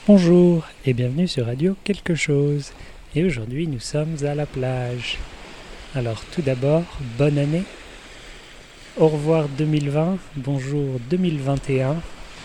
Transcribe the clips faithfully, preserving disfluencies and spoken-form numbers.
Bonjour et bienvenue sur Radio Quelque chose. Et aujourd'hui nous sommes à la plage. Alors tout d'abord, bonne année. Au revoir deux mille vingt, bonjour deux mille vingt et un.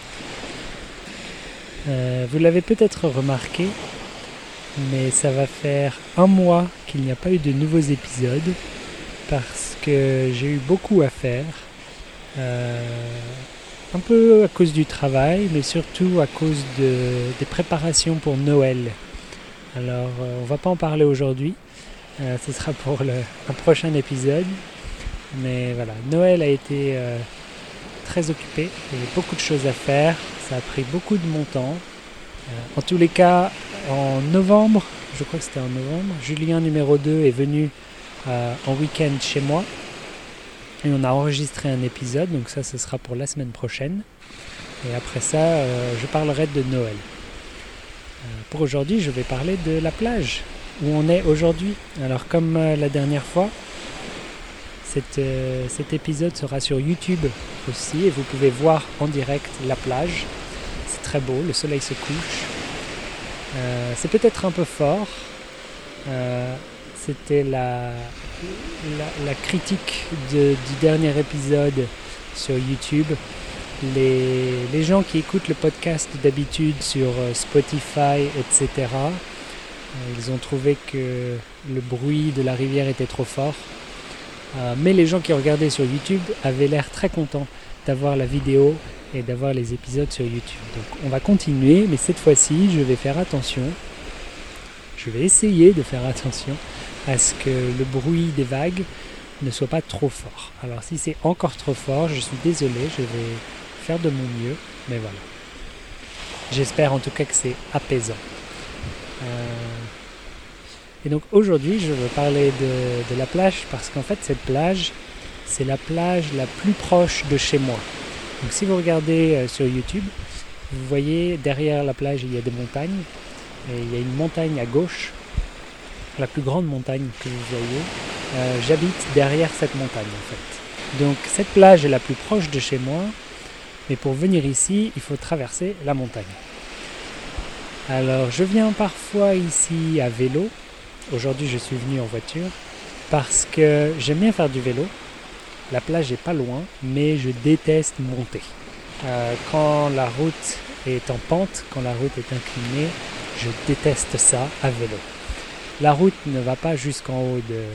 Euh, vous l'avez peut-être remarqué, mais ça va faire un mois qu'il n'y a pas eu de nouveaux épisodes parce que j'ai eu beaucoup à faire. Euh, un peu à cause du travail, mais surtout à cause de, des préparations pour Noël. Alors, euh, on ne va pas en parler aujourd'hui, euh, ce sera pour le, un prochain épisode. Mais voilà, Noël a été euh, très occupé, il y avait beaucoup de choses à faire, ça a pris beaucoup de mon temps. Euh, en tous les cas, en novembre, je crois que c'était en novembre, Julien numéro deux est venu euh, en week-end chez moi. Et on a enregistré un épisode, donc ça ce sera pour la semaine prochaine. Et après ça, euh, je parlerai de Noël. Euh, pour aujourd'hui, je vais parler de la plage, où on est aujourd'hui. Alors comme euh, la dernière fois, cette, euh, cet épisode sera sur YouTube aussi, et vous pouvez voir en direct la plage. C'est très beau, le soleil se couche. Euh, c'est peut-être un peu fort. Euh, C'était la, la, la critique de, du dernier épisode sur YouTube. Les, les gens qui écoutent le podcast d'habitude sur Spotify, et cetera, ils ont trouvé que le bruit de la rivière était trop fort. Euh, mais les gens qui regardaient sur YouTube avaient l'air très contents d'avoir la vidéo et d'avoir les épisodes sur YouTube. Donc on va continuer, mais cette fois-ci, je vais faire attention. Je vais essayer de faire attention à ce que le bruit des vagues ne soit pas trop fort. Alors si c'est encore trop fort, je suis désolé, je vais faire de mon mieux, mais voilà. J'espère en tout cas que c'est apaisant. Euh... Et donc aujourd'hui, je veux parler de, de la plage, parce qu'en fait cette plage, c'est la plage la plus proche de chez moi. Donc si vous regardez euh, sur YouTube, vous voyez derrière la plage, il y a des montagnes, et il y a une montagne à gauche, la plus grande montagne que vous voyez. Euh, j'habite derrière cette montagne en fait. Donc cette plage est la plus proche de chez moi, mais pour venir ici, il faut traverser la montagne. Alors je viens parfois ici à vélo. Aujourd'hui je suis venu en voiture parce que j'aime bien faire du vélo. La plage est pas loin, mais je déteste monter. Euh, quand la route est en pente, quand la route est inclinée, je déteste ça à vélo. La route ne va pas jusqu'en haut de,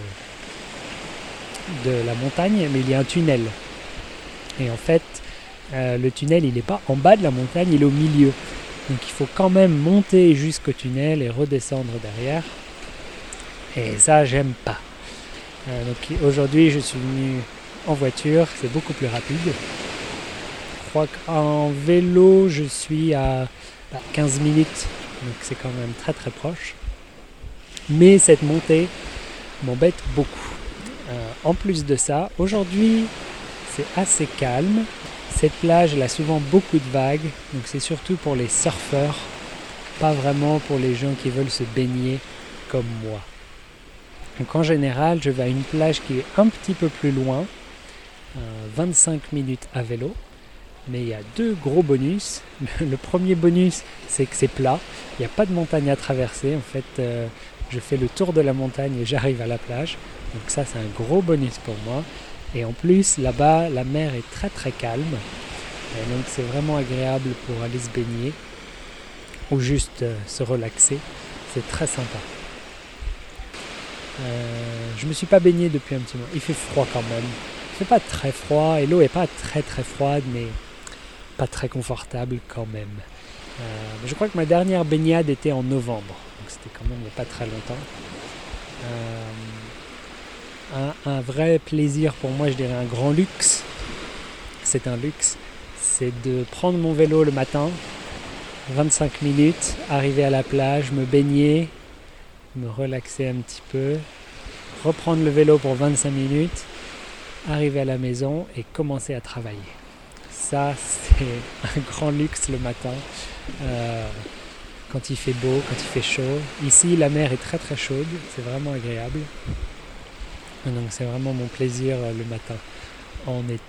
de la montagne, mais il y a un tunnel. Et en fait, euh, le tunnel, il n'est pas en bas de la montagne, il est au milieu. Donc il faut quand même monter jusqu'au tunnel et redescendre derrière. Et ça, j'aime pas. Euh, donc aujourd'hui, je suis venu en voiture, c'est beaucoup plus rapide. Je crois qu'en vélo, je suis à quinze minutes, donc c'est quand même très très proche. Mais cette montée m'embête beaucoup. Euh, en plus de ça, aujourd'hui, c'est assez calme. Cette plage, elle a souvent beaucoup de vagues, donc c'est surtout pour les surfeurs, pas vraiment pour les gens qui veulent se baigner comme moi. Donc en général, je vais à une plage qui est un petit peu plus loin, euh, vingt-cinq minutes à vélo. Mais il y a deux gros bonus. Le premier bonus, c'est que c'est plat. Il n'y a pas de montagne à traverser. En fait, euh, je fais le tour de la montagne et j'arrive à la plage. Donc ça, c'est un gros bonus pour moi. Et en plus, là-bas, la mer est très très calme. Et donc c'est vraiment agréable pour aller se baigner ou juste euh, se relaxer. C'est très sympa. Euh, je ne me suis pas baigné depuis un petit moment. Il fait froid quand même. Il fait pas très froid et l'eau est pas très très froide, mais pas très confortable quand même. Euh, je crois que ma dernière baignade était en novembre, donc c'était quand même il n'y a pas très longtemps. Euh, un, un vrai plaisir pour moi, je dirais un grand luxe, c'est un luxe, c'est de prendre mon vélo le matin, vingt-cinq minutes, arriver à la plage, me baigner, me relaxer un petit peu, reprendre le vélo pour vingt-cinq minutes, arriver à la maison et commencer à travailler. Ça, c'est un grand luxe le matin, euh, quand il fait beau, quand il fait chaud. Ici, la mer est très très chaude, c'est vraiment agréable. Donc c'est vraiment mon plaisir euh, le matin, en été.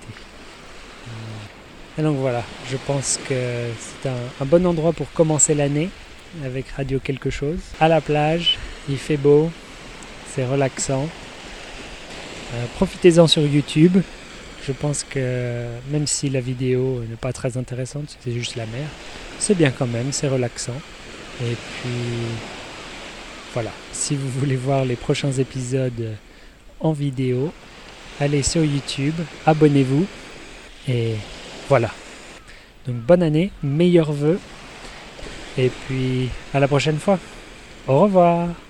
Euh, et donc voilà, je pense que c'est un, un bon endroit pour commencer l'année. avec Radio Quelque chose. À la plage, il fait beau, c'est relaxant. Euh, profitez-en sur YouTube. Je pense que même si la vidéo n'est pas très intéressante, c'est juste la mer, c'est bien quand même, c'est relaxant. Et puis voilà, si vous voulez voir les prochains épisodes en vidéo, allez sur YouTube, abonnez-vous et voilà. Donc bonne année, meilleurs vœux et puis à la prochaine fois. Au revoir.